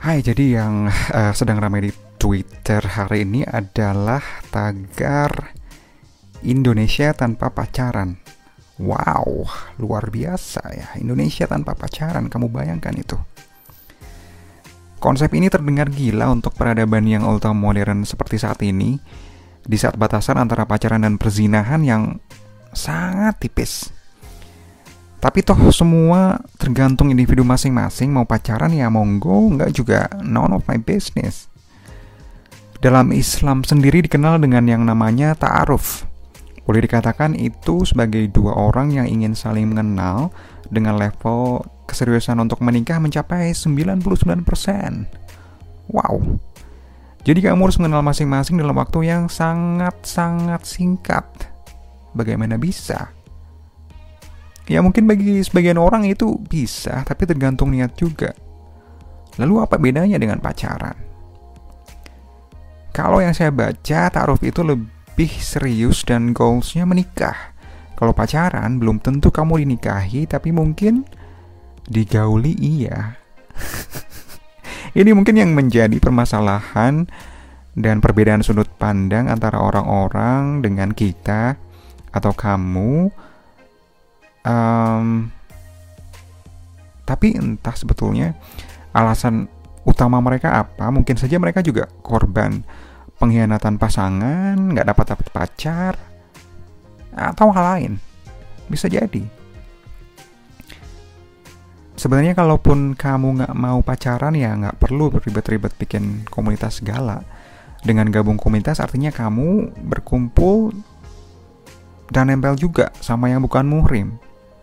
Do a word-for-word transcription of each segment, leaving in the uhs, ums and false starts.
Hai, jadi yang uh, sedang ramai di Twitter hari ini adalah tagar Indonesia tanpa pacaran. Wow, luar biasa ya, Indonesia tanpa pacaran, kamu bayangkan itu. Konsep ini terdengar gila untuk peradaban yang ultra modern seperti saat ini, di saat batasan antara pacaran dan perzinahan yang sangat tipis. Tapi toh semua tergantung individu masing-masing, mau pacaran ya monggo, enggak juga none of my business. Dalam Islam sendiri dikenal dengan yang namanya ta'aruf. Boleh dikatakan itu sebagai dua orang yang ingin saling mengenal dengan level keseriusan untuk menikah mencapai sembilan puluh sembilan persen. Wow. Jadi kamu harus mengenal masing-masing dalam waktu yang sangat-sangat singkat. Bagaimana bisa? Ya mungkin bagi sebagian orang itu bisa, tapi tergantung niat juga. Lalu apa bedanya dengan pacaran? Kalau yang saya baca, ta'aruf itu lebih serius dan goalsnya menikah. Kalau pacaran, belum tentu kamu dinikahi, tapi mungkin digauli iya. Ini mungkin yang menjadi permasalahan dan perbedaan sudut pandang antara orang-orang dengan kita atau kamu. Um, tapi entah sebetulnya alasan utama mereka apa. Mungkin saja mereka juga korban pengkhianatan pasangan, gak dapat-dapat pacar, atau hal lain. Bisa jadi. Sebenarnya kalaupun kamu gak mau pacaran, ya gak perlu beribet-ribet bikin komunitas segala. Dengan gabung komunitas artinya kamu berkumpul dan nempel juga sama yang bukan muhrim.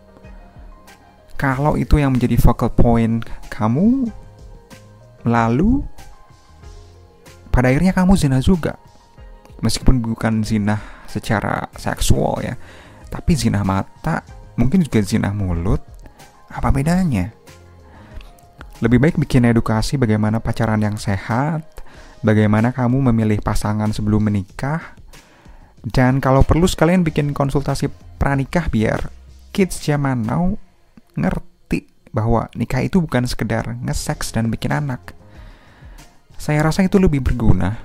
Kalau itu yang menjadi focal point kamu, lalu pada akhirnya kamu zina juga. Meskipun bukan zina secara seksual ya, tapi zina mata, mungkin juga zina mulut. Apa bedanya? Lebih baik bikin edukasi bagaimana pacaran yang sehat, bagaimana kamu memilih pasangan sebelum menikah, dan kalau perlu sekalian bikin konsultasi pranikah biar kids zaman now ngerti bahwa nikah itu bukan sekedar nge-seks dan bikin anak. Saya rasa itu lebih berguna.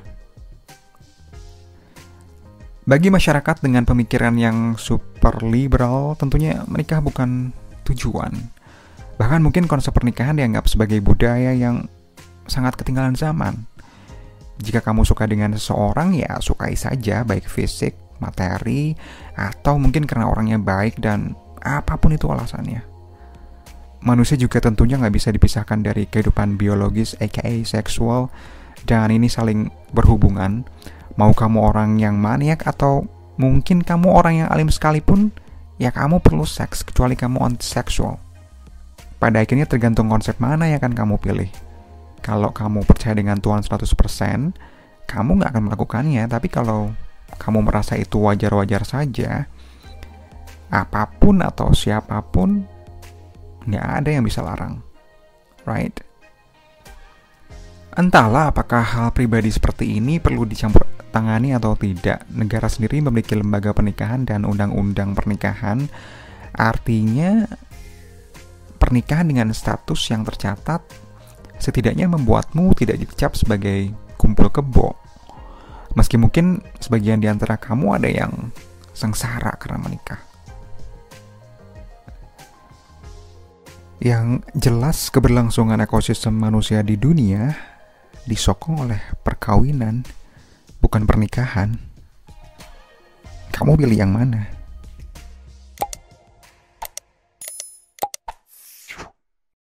Bagi masyarakat dengan pemikiran yang super liberal, tentunya menikah bukan tujuan. Bahkan mungkin konsep pernikahan dianggap sebagai budaya yang sangat ketinggalan zaman. Jika kamu suka dengan seseorang, ya sukai saja, baik fisik, materi, atau mungkin karena orangnya baik dan apapun itu alasannya. Manusia juga tentunya nggak bisa dipisahkan dari kehidupan biologis, aka seksual, dan ini saling berhubungan. Mau kamu orang yang maniak atau mungkin kamu orang yang alim sekalipun, ya kamu perlu seks, kecuali kamu anti-seksual. Pada akhirnya tergantung konsep mana yang akan kamu pilih. Kalau kamu percaya dengan Tuhan seratus persen, kamu nggak akan melakukannya. Tapi kalau kamu merasa itu wajar-wajar saja, apapun atau siapapun, nggak ada yang bisa larang, right? Entahlah apakah hal pribadi seperti ini perlu dicampur tangani atau tidak. Negara sendiri memiliki lembaga pernikahan dan undang-undang pernikahan. Artinya pernikahan dengan status yang tercatat setidaknya membuatmu tidak dicap sebagai kumpul kebo. Meski mungkin sebagian di antara kamu ada yang sengsara karena menikah. Yang jelas keberlangsungan ekosistem manusia di dunia disokong oleh perkawinan, bukan pernikahan. Kamu pilih yang mana?